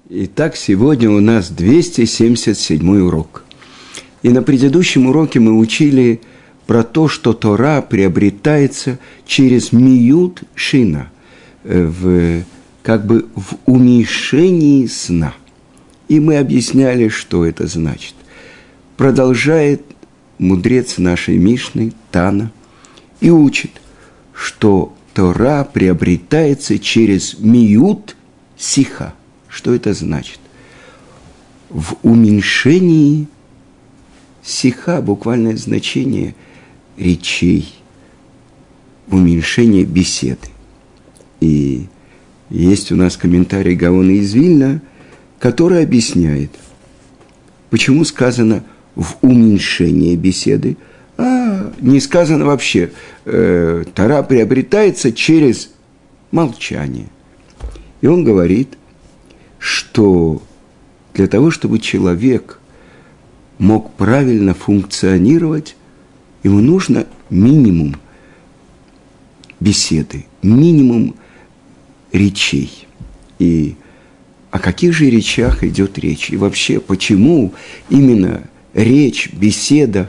Итак, сегодня у нас 277 урок. И на предыдущем уроке мы учили про то, что Тора приобретается через миют шина, в уменьшении сна. И мы объясняли, что это значит. Продолжает мудрец нашей Мишны, Тана, и учит, что Тора приобретается через миют сиха. Что это значит? В уменьшении сиха, буквальное значение речей, в уменьшении беседы. И есть у нас комментарий Гаона из Вильна, который объясняет, почему сказано в уменьшении беседы, а не сказано вообще. Тора приобретается через молчание. И он говорит, что для того, чтобы человек мог правильно функционировать, ему нужно минимум беседы, минимум речей. И о каких же речах идет речь? И вообще, почему именно речь, беседа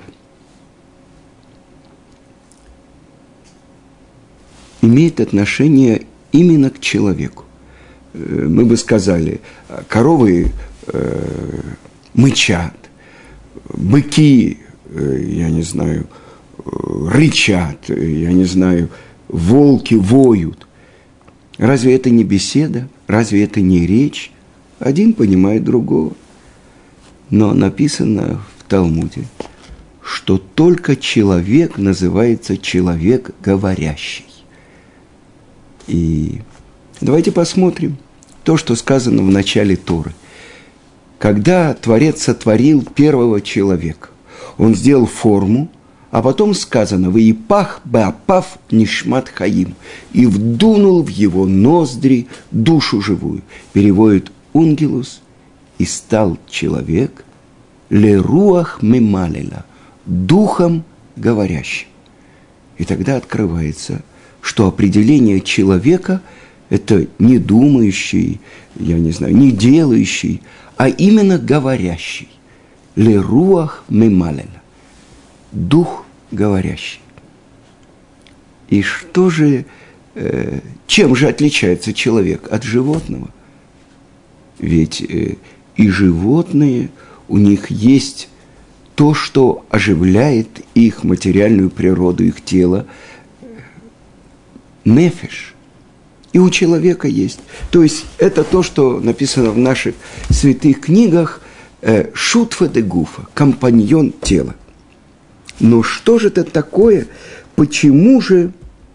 имеет отношение именно к человеку? Мы бы сказали, коровы мычат, быки, рычат, волки воют. Разве это не беседа? Разве это не речь? Один понимает другого. Но написано в Талмуде, что только человек называется человек говорящий. И давайте посмотрим то, что сказано в начале Торы. Когда Творец сотворил первого человека, он сделал форму, а потом сказано «Ваипах беапав нишмат хаим» и вдунул в его ноздри душу живую. Переводит Унгилус, и стал человек леруах мемалеля, духом говорящим. И тогда открывается, что определение человека – это не думающий, не делающий, а именно говорящий. Леруах мемалеля. Дух говорящий. И что же, чем же отличается человек от животного? Ведь и животные, у них есть то, что оживляет их материальную природу, их тело, нефеш. И у человека есть. То есть это то, что написано в наших святых книгах «Шутфа де гуфа», компаньон тела. Но что же это такое? Почему же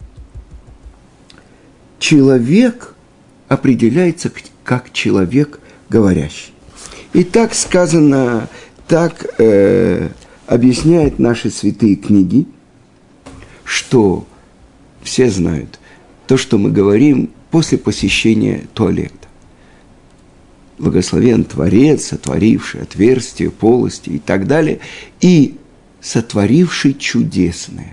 человек определяется как человек говорящий? И так сказано, так объясняют наши святые книги, что все знают, то, что мы говорим после посещения туалета. Благословен Творец, сотворивший отверстия, полости и так далее, и сотворивший чудесное.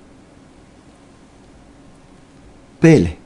Пеле.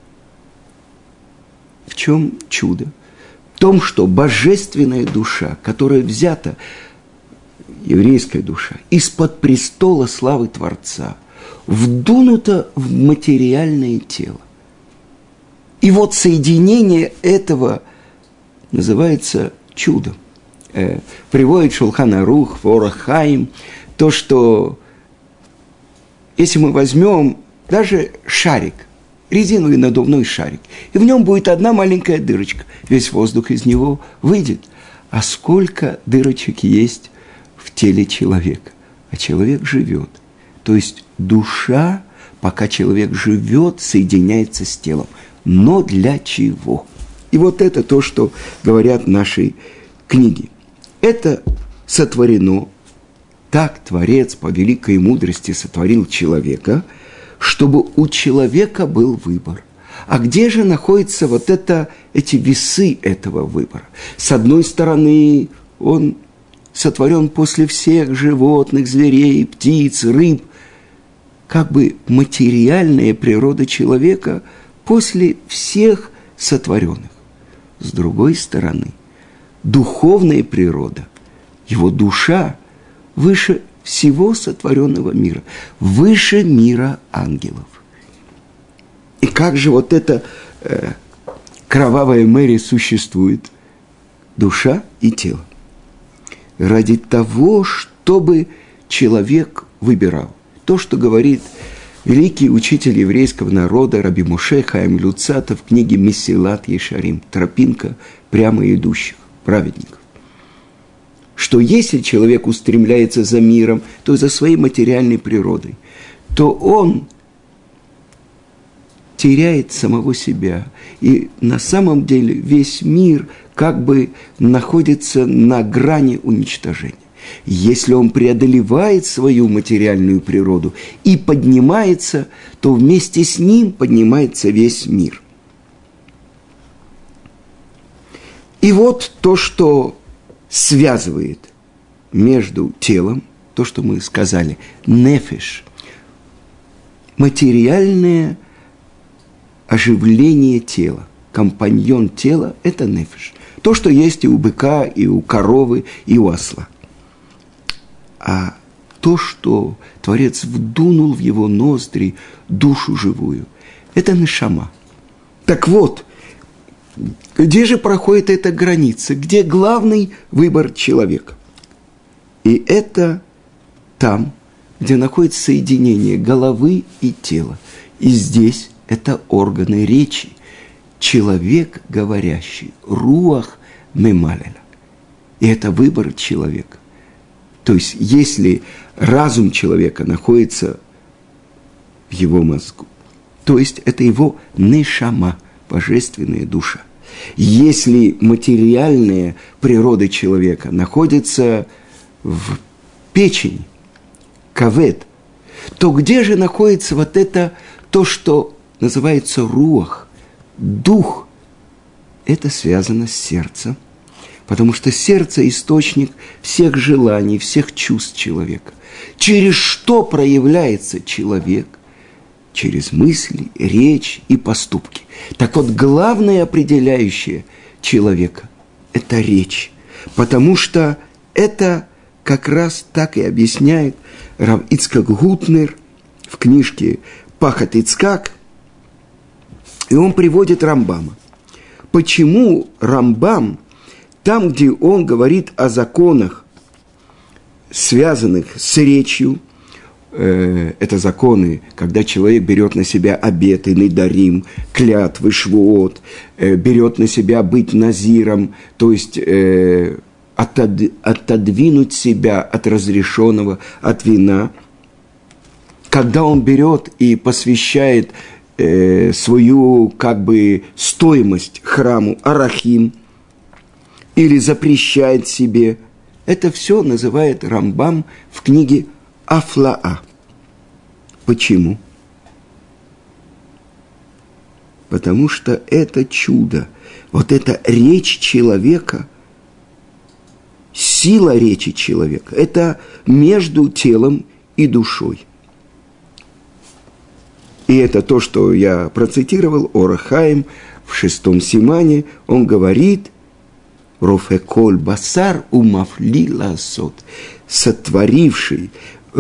В чем чудо? В том, что божественная душа, которая взята, еврейская душа, из-под престола славы Творца, вдунута в материальное тело. И вот соединение этого называется чудом. Приводит Шулхан Арух, Ор ха-Хаим, то, что если мы возьмем даже шарик, резиновый надувной шарик, и в нем будет одна маленькая дырочка, весь воздух из него выйдет. А сколько дырочек есть в теле человека? А человек живет. То есть душа, пока человек живет, соединяется с телом. Но для чего? И вот это то, что говорят наши книги. Это сотворено, так Творец по великой мудрости сотворил человека, чтобы у человека был выбор. А где же находятся эти весы этого выбора? С одной стороны, он сотворен после всех животных, зверей, птиц, рыб. Как бы материальная природа человека после всех сотворенных. С другой стороны, духовная природа, его душа выше всего сотворенного мира, выше мира ангелов. И как же вот эта кровавая Мэри существует? Душа и тело. Ради того, чтобы человек выбирал. То, что говорит великий учитель еврейского народа Раби Моше Хаим Люцата в книге «Месилат Ешарим», «Тропинка прямо идущих праведников». Что если человек устремляется за миром, то за своей материальной природой, то он теряет самого себя. И на самом деле весь мир как бы находится на грани уничтожения. Если он преодолевает свою материальную природу и поднимается, то вместе с ним поднимается весь мир. И вот то, что связывает между телом, то, что мы сказали, нефеш, материальное оживление тела, компаньон тела – это нефеш. То, что есть и у быка, и у коровы, и у осла. А то, что Творец вдунул в его ноздри душу живую, это нешама. Так вот, где же проходит эта граница? Где главный выбор человека? И это там, где находится соединение головы и тела. И здесь это органы речи. Человек говорящий, руах мемалеля. И это выбор человека. То есть, если разум человека находится в его мозгу, то есть это его нешама, божественная душа. Если материальная природа человека находится в печени, кавед, то где же находится вот это, то, что называется руах, дух? Это связано с сердцем. Потому что сердце – источник всех желаний, всех чувств человека. Через что проявляется человек? Через мысли, речь и поступки. Так вот, главное определяющее человека – это речь. Потому что это как раз так и объясняет Рав Ицхак Гутнер в книжке «Пахат Ицхак». И он приводит Рамбама. Почему Рамбам, там, где он говорит о законах, связанных с речью, это законы, когда человек берет на себя обеты, недарим, клятвы, швуот, берет на себя быть назиром, то есть отодвинуть себя от разрешенного, от вина. Когда он берет и посвящает свою как бы стоимость храму арахим, или запрещает себе. Это все называет Рамбам в книге Афлаа. Почему? Потому что это чудо, вот эта речь человека, сила речи человека, это между телом и душой. И это то, что я процитировал, Ор ха-Хаим в 6-м симане, он говорит: Рофеколь басар умафли ласот, сотворивший,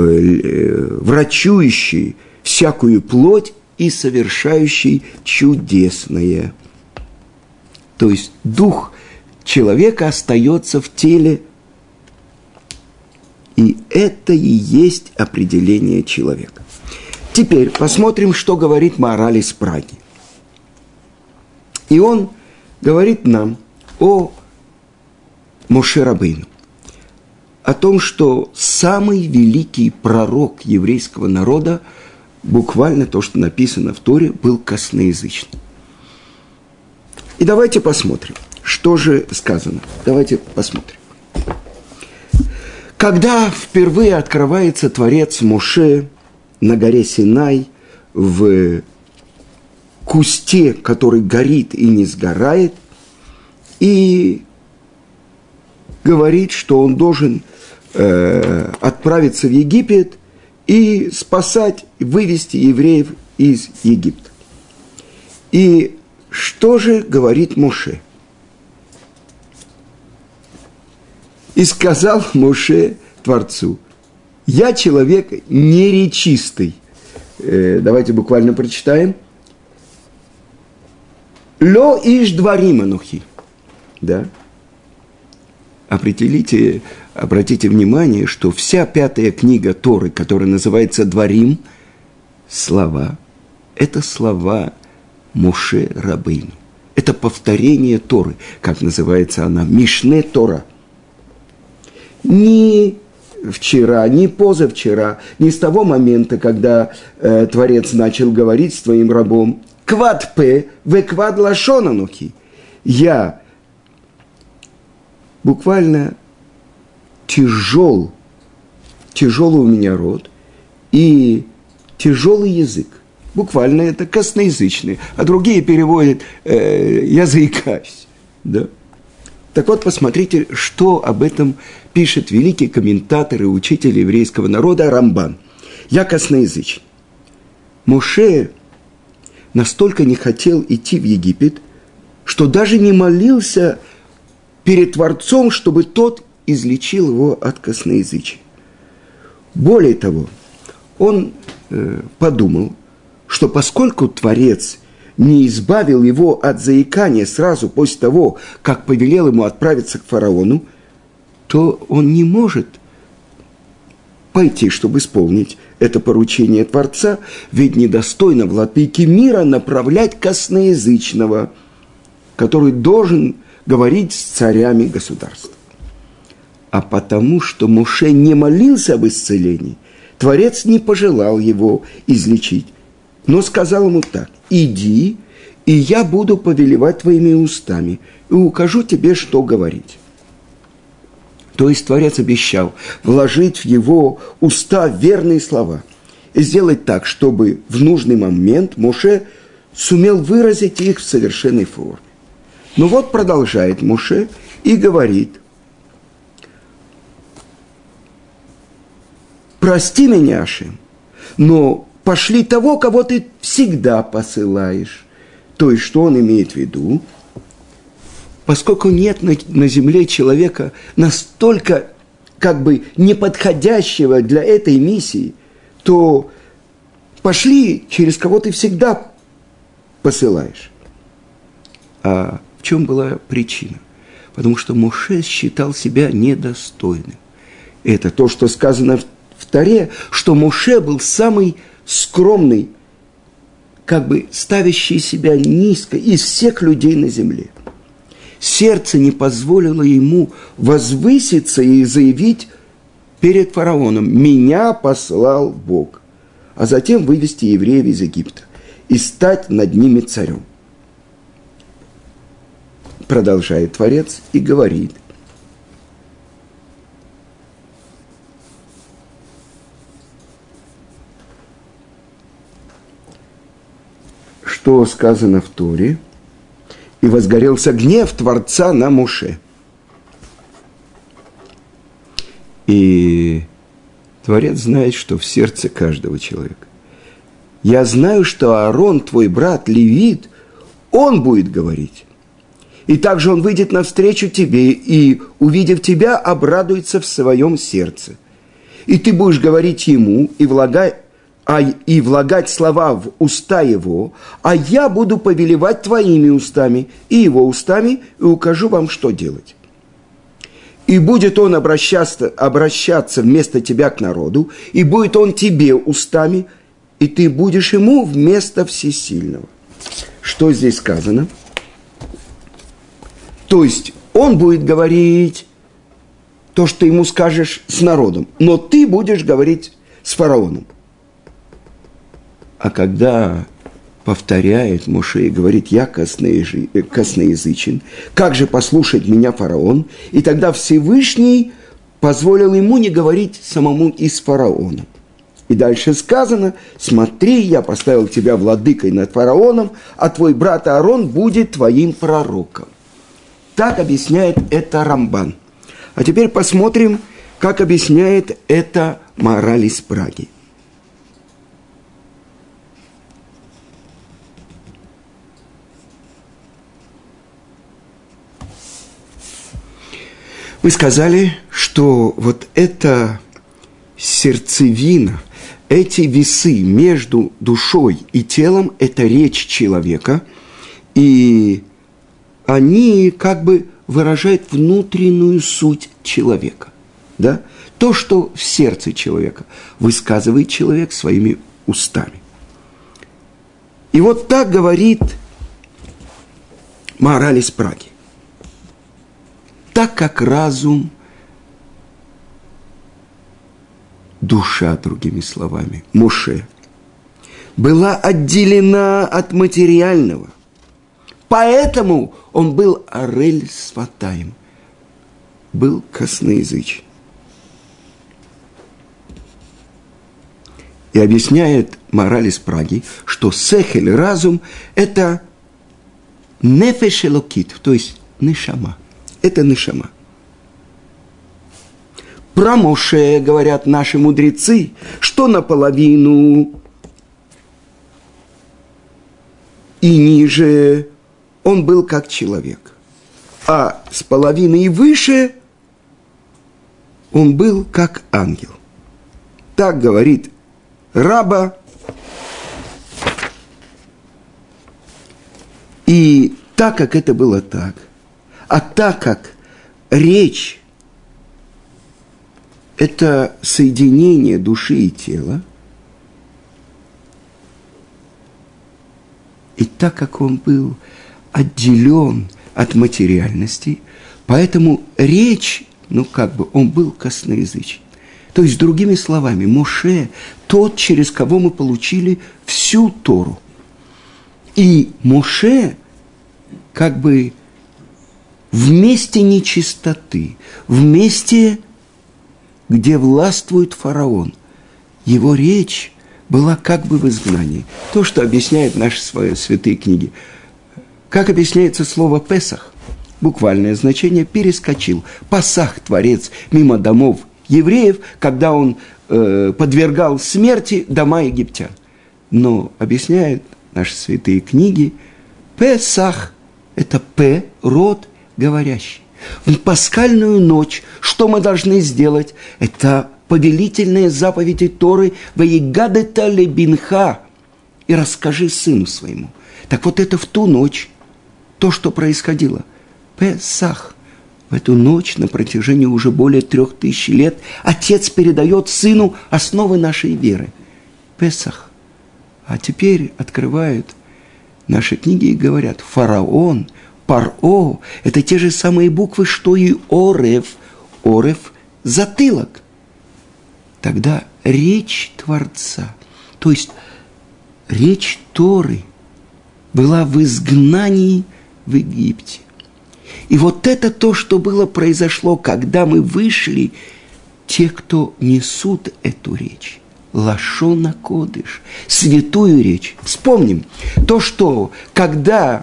врачующий всякую плоть и совершающий чудесное. То есть дух человека остается в теле, и это и есть определение человека. Теперь посмотрим, что говорит Маораль из Праги. И он говорит нам о Моше Рабейну, о том, что самый великий пророк еврейского народа, буквально то, что написано в Торе, был косноязычным. И давайте посмотрим, что же сказано. Давайте посмотрим. Когда впервые открывается Творец Моше на горе Синай, в кусте, который горит и не сгорает, и говорит, что он должен отправиться в Египет и спасать, вывести евреев из Египта. И что же говорит Моше? И сказал Моше Творцу: я человек неречистый. Давайте буквально прочитаем. Ло иш дварим анухи. Да? Обратите внимание, что вся 5 книга Торы, которая называется Дварим, слова, это слова Моше Рабейну. Это повторение Торы, как называется она, Мишне Тора. Ни вчера, ни позавчера, ни с того момента, когда Творец начал говорить с твоим рабом, «Квад пе ве квад лашон анухи». Я буквально тяжелый у меня род и тяжелый язык. Буквально это косноязычный, а другие переводят «я заикаюсь». Да? Так вот, посмотрите, что об этом пишет великий комментатор и учитель еврейского народа Рамбан. Я косноязычный. Моше настолько не хотел идти в Египет, что даже не молился перед Творцом, чтобы тот излечил его от косноязычия. Более того, он подумал, что поскольку Творец не избавил его от заикания сразу после того, как повелел ему отправиться к фараону, то он не может пойти, чтобы исполнить это поручение Творца, ведь недостойно владыке мира направлять косноязычного, который должен говорить с царями государства. А потому, что Моше не молился об исцелении, Творец не пожелал его излечить, но сказал ему так: «Иди, и я буду повелевать твоими устами, и укажу тебе, что говорить». То есть Творец обещал вложить в его уста верные слова и сделать так, чтобы в нужный момент Моше сумел выразить их в совершенной форме. Ну вот продолжает Моше и говорит: «Прости меня, Ашем, но пошли того, кого ты всегда посылаешь». То есть, что он имеет в виду? Поскольку нет на земле человека настолько неподходящего для этой миссии, то пошли через кого ты всегда посылаешь. А в чем была причина? Потому что Моше считал себя недостойным. Это то, что сказано в Торе, что Моше был самый скромный, ставящий себя низко из всех людей на земле. Сердце не позволило ему возвыситься и заявить перед фараоном: «Меня послал Бог», а затем вывести евреев из Египта и стать над ними царем. Продолжает Творец и говорит: что сказано в Торе: «И возгорелся гнев Творца на Моше». И Творец знает, что в сердце каждого человека. «Я знаю, что Аарон, твой брат, левит, он будет говорить. И также он выйдет навстречу тебе, и, увидев тебя, обрадуется в своем сердце. И ты будешь говорить ему, и влагать слова в уста его, а я буду повелевать твоими устами и его устами, и укажу вам, что делать. И будет он обращаться вместо тебя к народу, и будет он тебе устами, и ты будешь ему вместо всесильного». Что здесь сказано? То есть он будет говорить то, что ты ему скажешь с народом, но ты будешь говорить с фараоном. А когда повторяет Моше и говорит: «Я косноязычен, как же послушать меня фараон?» И тогда Всевышний позволил ему не говорить самому и с фараоном. И дальше сказано: «Смотри, я поставил тебя владыкой над фараоном, а твой брат Аарон будет твоим пророком». Так объясняет это Рамбан. А теперь посмотрим, как объясняет это Маораль из Праги. Мы сказали, что вот эта сердцевина, эти весы между душой и телом – это речь человека, и они как бы выражают внутреннюю суть человека. Да? То, что в сердце человека, высказывает человек своими устами. И вот так говорит Маораль из Праги. Так как разум, душа, другими словами, Моше, была отделена от материального, поэтому он был Арель Сватаим, был косноязычен. И объясняет Маораль из Праги, что сехель, разум, это нефеш элокит, то есть нешама. Это нешама. Про Моше говорят наши мудрецы, что наполовину и ниже он был как человек, а с половины и выше он был как ангел. Так говорит Раба. И так как это было так, а так как речь – это соединение души и тела, и так как он был отделен от материальности, поэтому речь, он был косноязычен. То есть, другими словами, Моше – тот, через кого мы получили всю Тору. И Моше в месте нечистоты, в месте, где властвует фараон, его речь была в изгнании. То, что объясняют наши святые книги. Как объясняется слово «песах»? Буквальное значение «перескочил». Пасах Творец мимо домов евреев, когда он подвергал смерти дома египтян. Но объясняют наши святые книги, Песах – это П, род говорящий. В пасхальную ночь что мы должны сделать? Это повелительные заповеди Торы «Ваегадета лебинха» и расскажи сыну своему. Так вот это в ту ночь, то, что происходило. Песах. В эту ночь на протяжении уже более 3000 лет отец передает сыну основы нашей веры. Песах. А теперь открывают наши книги и говорят, фараон, паро, это те же самые буквы, что и орев. Орев – затылок. Тогда речь Творца, то есть речь Торы, была в изгнании в Египте. И вот это то, что произошло, когда мы вышли, те, кто несут эту речь. Лашон а-кодеш, святую речь. Вспомним то, что когда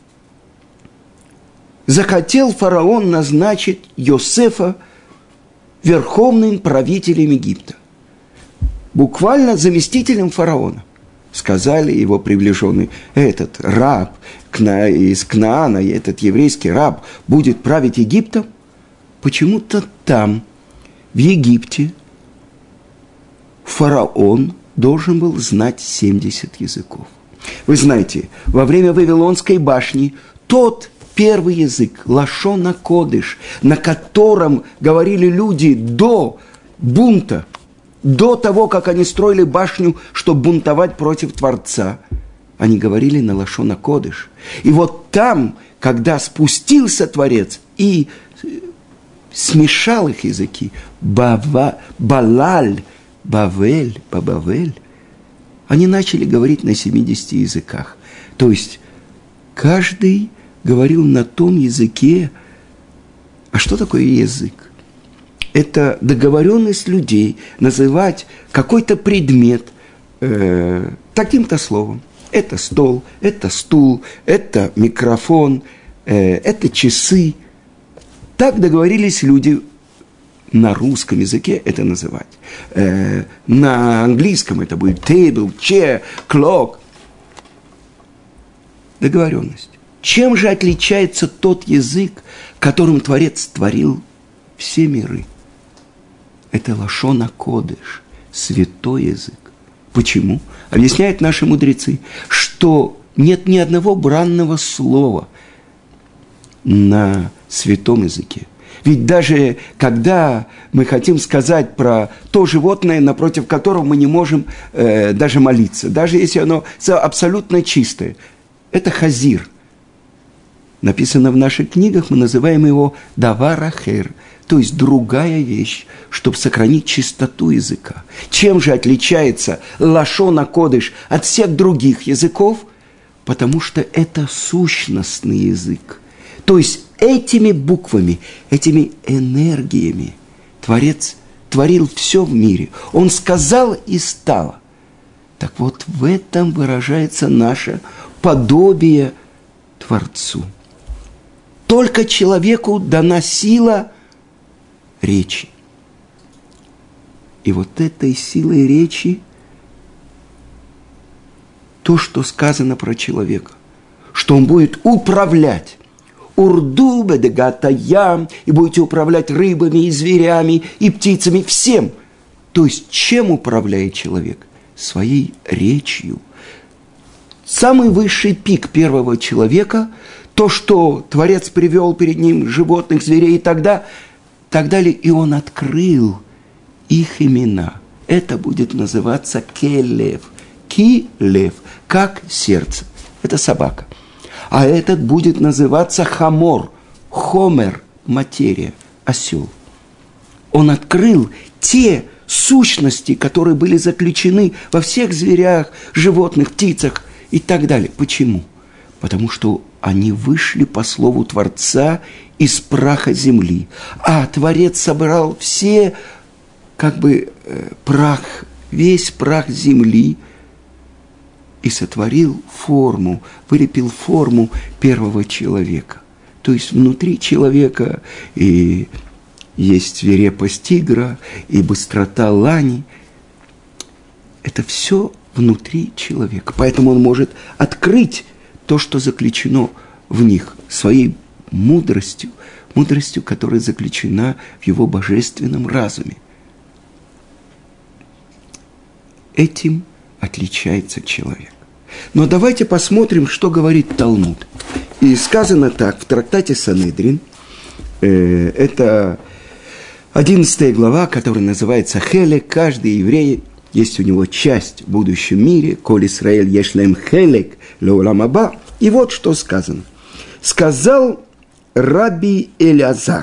захотел фараон назначить Йосефа верховным правителем Египта, буквально заместителем фараона. Сказали его приближенные, этот раб из Кнаана, этот еврейский раб будет править Египтом. Почему-то там, в Египте, фараон должен был знать 70 языков. Вы знаете, во время Вавилонской башни тот первый язык, лашон а-кодеш, на котором говорили люди до бунта, до того, как они строили башню, чтобы бунтовать против Творца, они говорили на лашон а-кодеш. И вот там, когда спустился Творец и смешал их языки, Балаль, Бавель, Бабавель, они начали говорить на 70 языках. То есть каждый говорил на том языке. А что такое язык? Это договоренность людей называть какой-то предмет таким-то словом. Это стол, это стул, это микрофон, это часы. Так договорились люди на русском языке это называть. На английском это будет table, chair, clock. Договоренность. Чем же отличается тот язык, которым Творец творил все миры. Это лашон а-кодеш, святой язык. Почему? Объясняют наши мудрецы, что нет ни одного бранного слова на святом языке. Ведь даже когда мы хотим сказать про то животное, напротив которого мы не можем даже молиться, даже если оно абсолютно чистое, это хазир. Написано в наших книгах, мы называем его давар ахер, то есть другая вещь, чтобы сохранить чистоту языка. Чем же отличается лашон а-кодеш от всех других языков? Потому что это сущностный язык. То есть этими буквами, этими энергиями Творец творил все в мире. Он сказал и стало. Так вот, в этом выражается наше подобие Творцу. Только человеку дана сила речи. И вот этой силой речи то, что сказано про человека, что он будет управлять. Урду бедегатаям, и будете управлять рыбами, и зверями, и птицами, всем. То есть, чем управляет человек? Своей речью. Самый высший пик первого человека, то, что Творец привел перед ним животных, зверей и так далее, и он открыл их имена. Это будет называться келев. Ки-лев, как сердце. Это собака. А этот будет называться хамор, хомер, материя, осел. Он открыл те сущности, которые были заключены во всех зверях, животных, птицах и так далее. Почему? Потому что они вышли по слову Творца из праха земли. А Творец собрал все, прах, весь прах земли, и сотворил форму, вылепил форму первого человека. То есть внутри человека и есть свирепость тигра, и быстрота лани. Это все внутри человека. Поэтому он может открыть то, что заключено в них, своей мудростью, которая заключена в его божественном разуме. Этим отличается человек. Но давайте посмотрим, что говорит Талмуд. И сказано так, в трактате Санедрин, это 11 глава, которая называется Хелек. Каждый еврей, есть у него часть в будущем мире. Коль Исраэль ешлем хелек леолам аба. И вот что сказано. Сказал Раби Элиазар.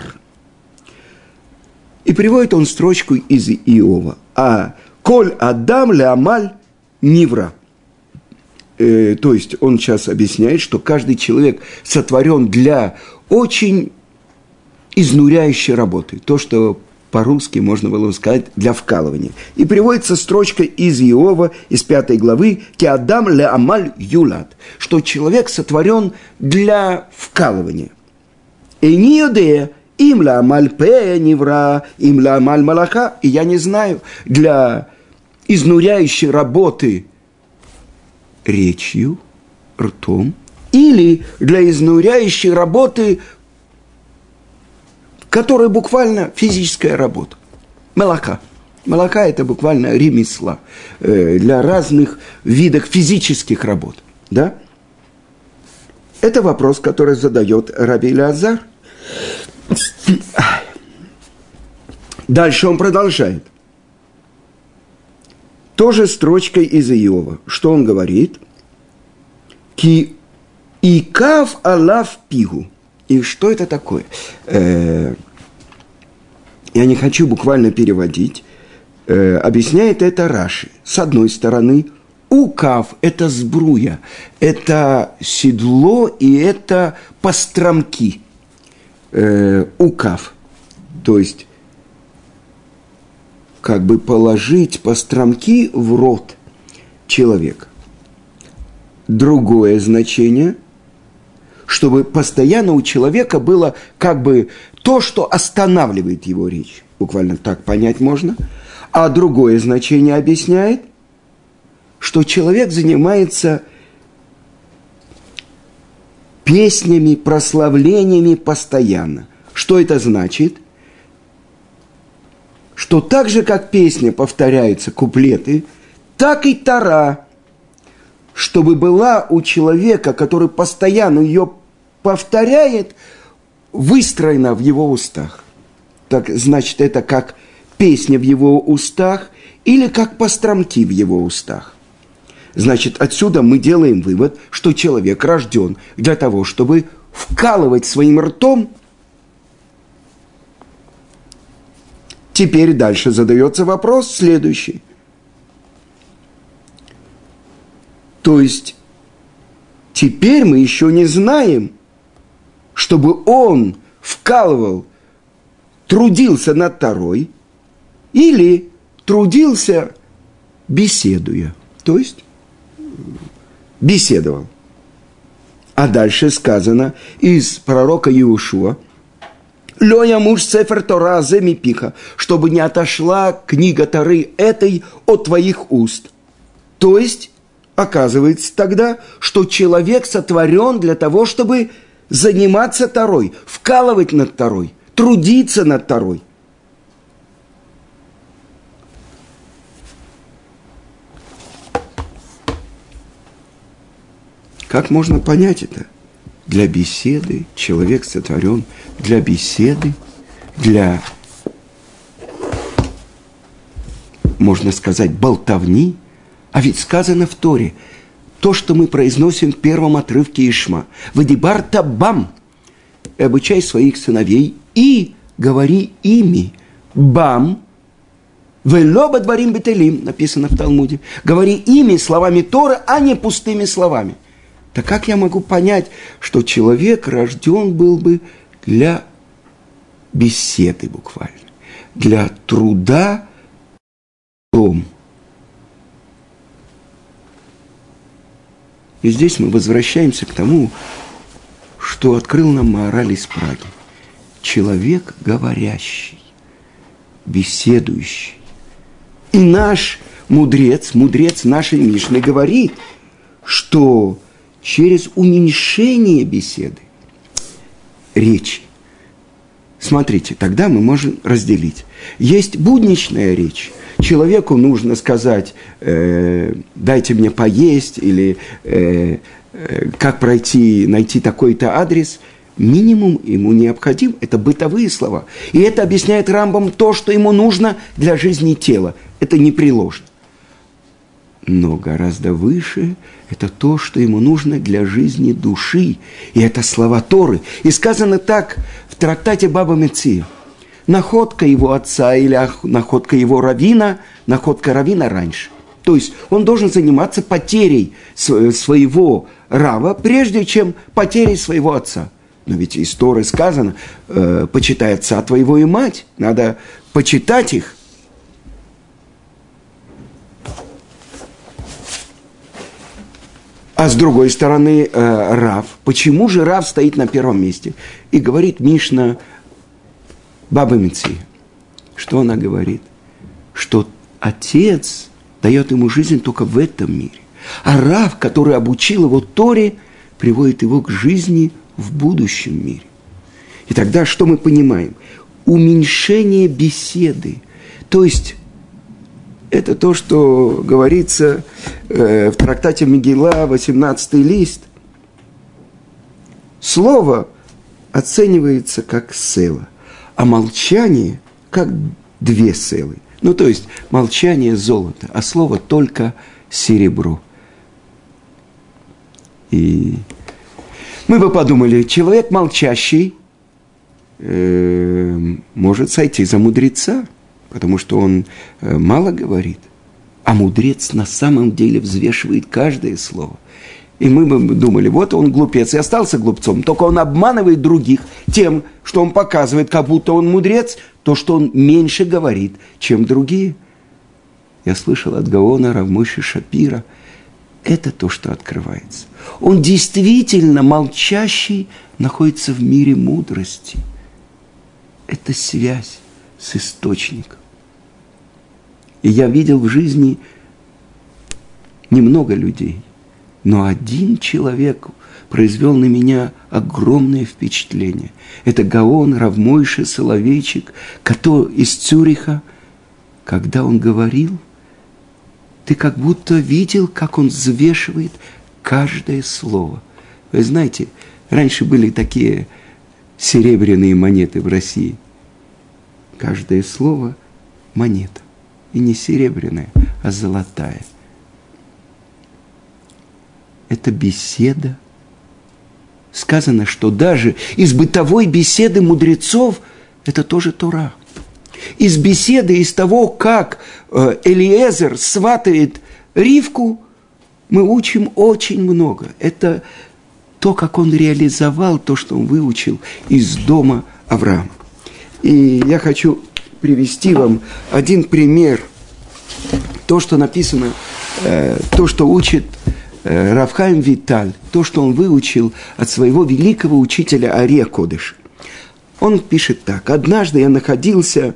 И приводит он строчку из Иова. А коль Адам леамаль нивра. То есть он сейчас объясняет, что каждый человек сотворен для очень изнуряющей работы. То, что по-русски можно было сказать для вкалывания. И приводится строчка из Иова, из 5 главы, «Ки Адам ле амаль юлад», что человек сотворен для вкалывания. «Эни йодея, им ле амаль пе нивра, им ле амаль малаха». И я не знаю, для изнуряющей работы речью, ртом, или для изнуряющей работы, которая буквально физическая работа. Малаха. Малаха – это буквально ремесла для разных видов физических работ. Да? Это вопрос, который задает Раби Элиазар. Дальше он продолжает. Тоже строчкой из Иова. Что он говорит? Ки икав алав пигу. И что это такое? Я не хочу буквально переводить. Объясняет это Раши. С одной стороны, укав – это сбруя, это седло и это постромки. Укав. То есть, положить постромки в рот человека. Другое значение – чтобы постоянно у человека было то, что останавливает его речь. Буквально так понять можно. А другое значение объясняет, что человек занимается песнями, прославлениями постоянно. Что это значит? что так же, как песня повторяются, куплеты, так и Тора, чтобы была у человека, который постоянно ее повторяет, выстроена в его устах. Так, значит, это как песня в его устах или как постромки в его устах. Значит, отсюда мы делаем вывод, что человек рожден для того, чтобы вкалывать своим ртом. Теперь дальше задается вопрос следующий. То есть, теперь мы еще не знаем, чтобы он вкалывал, трудился над Торой или трудился, беседуя. То есть, беседовал. А дальше сказано из пророка Иешуа, «Лёя муж сефер Тора зе мипиха», чтобы не отошла книга Торы этой от твоих уст. То есть, оказывается тогда, что человек сотворен для того, чтобы заниматься Торой, вкалывать над Торой, трудиться над Торой. Как можно понять это? Для беседы человек сотворен, для беседы, для, можно сказать, болтовни. А ведь сказано в Торе, то, что мы произносим в первом отрывке Ишма, «Вадибар табам», и обучай своих сыновей, и говори ими, бам, «Велоба дворим бетелим», написано в Талмуде, говори ими словами Торы, а не пустыми словами. Так как я могу понять, что человек рожден был бы для беседы буквально, для труда том. И здесь мы возвращаемся к тому, что открыл нам Маораль из Праги. Человек говорящий, беседующий. И наш мудрец нашей Мишны говорит, что через уменьшение беседы, речи, смотрите, тогда мы можем разделить. Есть будничная речь. Человеку нужно сказать, дайте мне поесть, или как найти такой-то адрес. Минимум ему необходим, это бытовые слова. И это объясняет Рамбам то, что ему нужно для жизни тела. Это непреложно. Но гораздо выше это то, что ему нужно для жизни души. И это слова Торы. И сказано так в трактате Баба Меция. Находка его отца или находка его раввина, находка раввина раньше. То есть он должен заниматься потерей своего рава, прежде чем потерей своего отца. Но ведь из Торы сказано, почитай отца твоего и мать. Надо почитать их. А с другой стороны, Рав. Почему же Рав стоит на первом месте? И говорит Мишна Баба Меция. Что она говорит? Что отец дает ему жизнь только в этом мире. А Рав, который обучил его Торе, приводит его к жизни в будущем мире. И тогда что мы понимаем? Уменьшение беседы. То есть, это то, что говорится в трактате Мегилла, 18 лист. Слово оценивается как села, а молчание как две селы. Ну, то есть, молчание – золото, а слово только серебро. И мы бы подумали, человек молчащий может сойти за мудреца, потому что он мало говорит. А мудрец на самом деле взвешивает каждое слово. И мы бы думали, вот он глупец и остался глупцом, только он обманывает других тем, что он показывает, как будто он мудрец, то, что он меньше говорит, чем другие. Я слышал от Гаона Рав Мойше Шапира, это то, что открывается. Он действительно молчащий находится в мире мудрости. Это связь с источником. И я видел в жизни немного людей, но один человек произвел на меня огромное впечатление. Это Гаон Рав Мойше Соловейчик, который из Цюриха, когда он говорил, ты как будто видел, как он взвешивает каждое слово. Вы знаете, раньше были такие серебряные монеты в России. Каждое слово – монета. И не серебряная, а золотая. Это беседа. Сказано, что даже из бытовой беседы мудрецов это тоже Тора. Из беседы, из того, как Элиэзер сватает Ривку, мы учим очень много. Это то, как он реализовал то, что он выучил из дома Авраама. И я хочу привести вам один пример. То, что написано, то, что учит Рав Хаим Виталь, то, что он выучил от своего великого учителя Ария Кодеш. Он пишет так. «Однажды я находился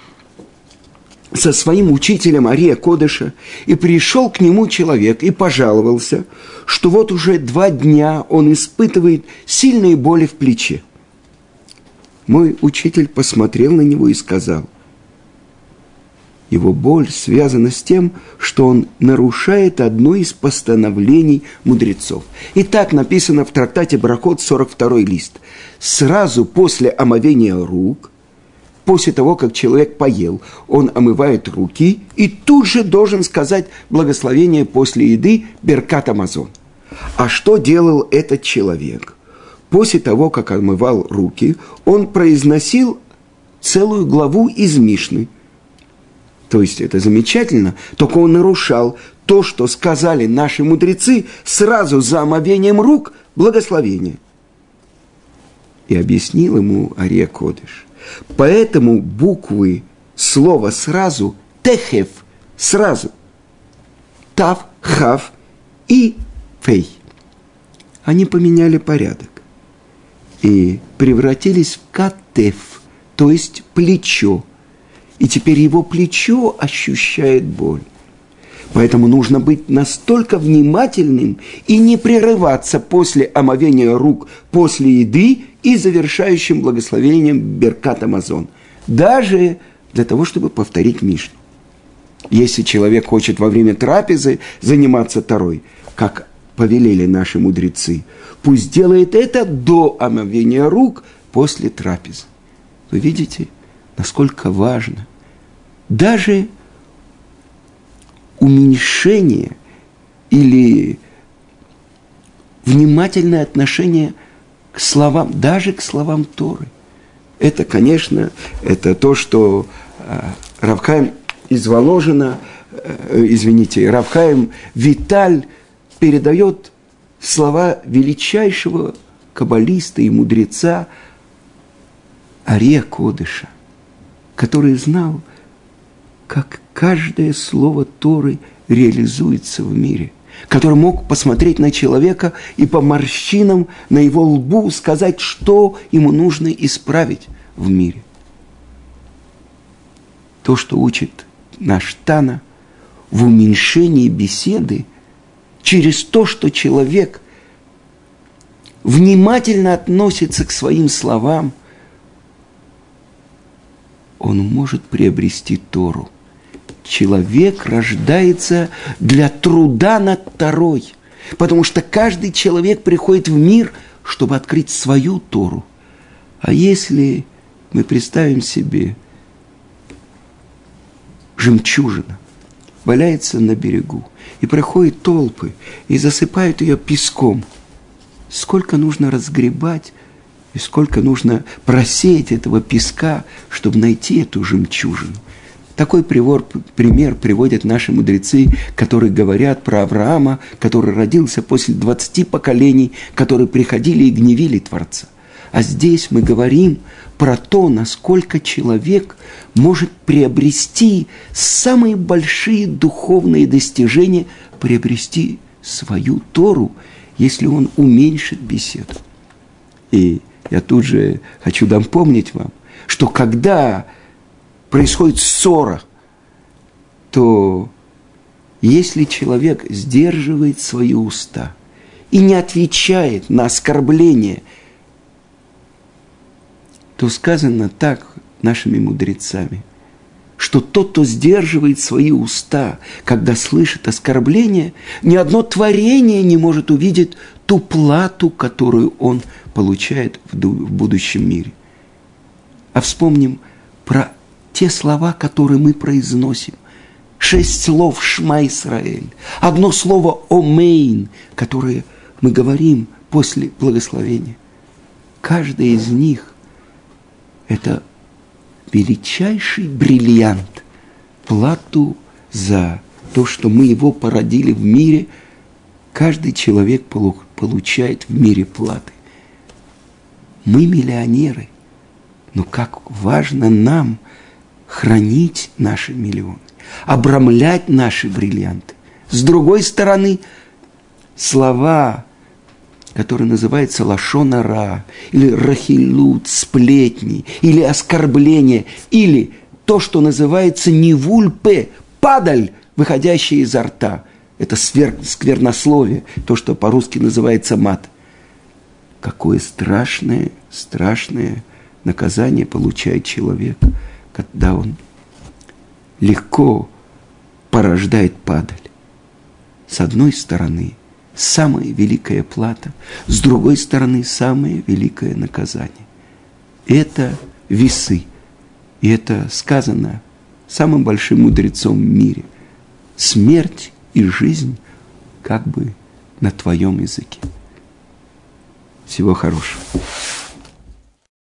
со своим учителем Ария Кодеша, и пришел к нему человек и пожаловался, что вот уже 2 дня он испытывает сильные боли в плече. Мой учитель посмотрел на него и сказал, его боль связана с тем, что он нарушает одно из постановлений мудрецов. И так написано в трактате Брахот, 42 лист. Сразу после омовения рук, после того, как человек поел, он омывает руки и тут же должен сказать благословение после еды Беркат Амазон. А что делал этот человек? После того, как омывал руки, он произносил целую главу из Мишны. То есть это замечательно, только он нарушал то, что сказали наши мудрецы сразу за омовением рук благословение. И объяснил ему Ария Кодеш. Поэтому буквы слова «сразу» «техев» – «сразу», «тав», «хав» и «фей». Они поменяли порядок и превратились в «катеф», то есть «плечо». И теперь его плечо ощущает боль. Поэтому нужно быть настолько внимательным и не прерываться после омовения рук, после еды и завершающим благословением Беркат Амазон. Даже для того, чтобы повторить Мишну. Если человек хочет во время трапезы заниматься Торой, как повелели наши мудрецы, пусть делает это до омовения рук после трапезы. Вы видите, насколько важно даже уменьшение или внимательное отношение к словам, даже к словам Торы. Это, конечно, это то, что Рав Хаим из Воложина, Рав Хаим Виталь передает слова величайшего каббалиста и мудреца Ария Кодеша, который знал, как каждое слово Торы реализуется в мире, который мог посмотреть на человека и по морщинам на его лбу сказать, что ему нужно исправить в мире. То, что учит наш Тана в уменьшении беседы через то, что человек внимательно относится к своим словам, он может приобрести Тору. Человек рождается для труда над Торой, потому что каждый человек приходит в мир, чтобы открыть свою Тору. А если мы представим себе, жемчужина валяется на берегу, и проходят толпы, и засыпают ее песком, сколько нужно разгребать, и сколько нужно просеять этого песка, чтобы найти эту жемчужину. Такой пример приводят наши мудрецы, которые говорят про Авраама, который родился после 20 поколений, которые приходили и гневили Творца. А здесь мы говорим про то, насколько человек может приобрести самые большие духовные достижения, приобрести свою Тору, если он уменьшит беседу. И я тут же хочу напомнить вам, что когда происходит ссора, то если человек сдерживает свои уста и не отвечает на оскорбление, то сказано так нашими мудрецами, что тот, кто сдерживает свои уста, когда слышит оскорбление, ни одно творение не может увидеть ту плату, которую он получает в будущем мире. А вспомним про те слова, которые мы произносим. 6 слов «Шма Исраэль», одно слово «Омейн», которое мы говорим после благословения. Каждый из них – это величайший бриллиант, плату за то, что мы его породили в мире. Каждый человек получает в мире платы. Мы миллионеры, но как важно нам хранить наши миллионы, обрамлять наши бриллианты. С другой стороны, слова, которые называются лашон ара, или рахилут, сплетни, или оскорбления, или то, что называется нивульпе, падаль, выходящая изо рта. Это сквернословие, то, что по-русски называется мат. Какое страшное, страшное наказание получает человек, когда он легко порождает падаль. С одной стороны, самая великая плата, с другой стороны, самое великое наказание. Это весы. И это сказано самым большим мудрецом в мире. Смерть и жизнь как бы на твоем языке. Всего хорошего.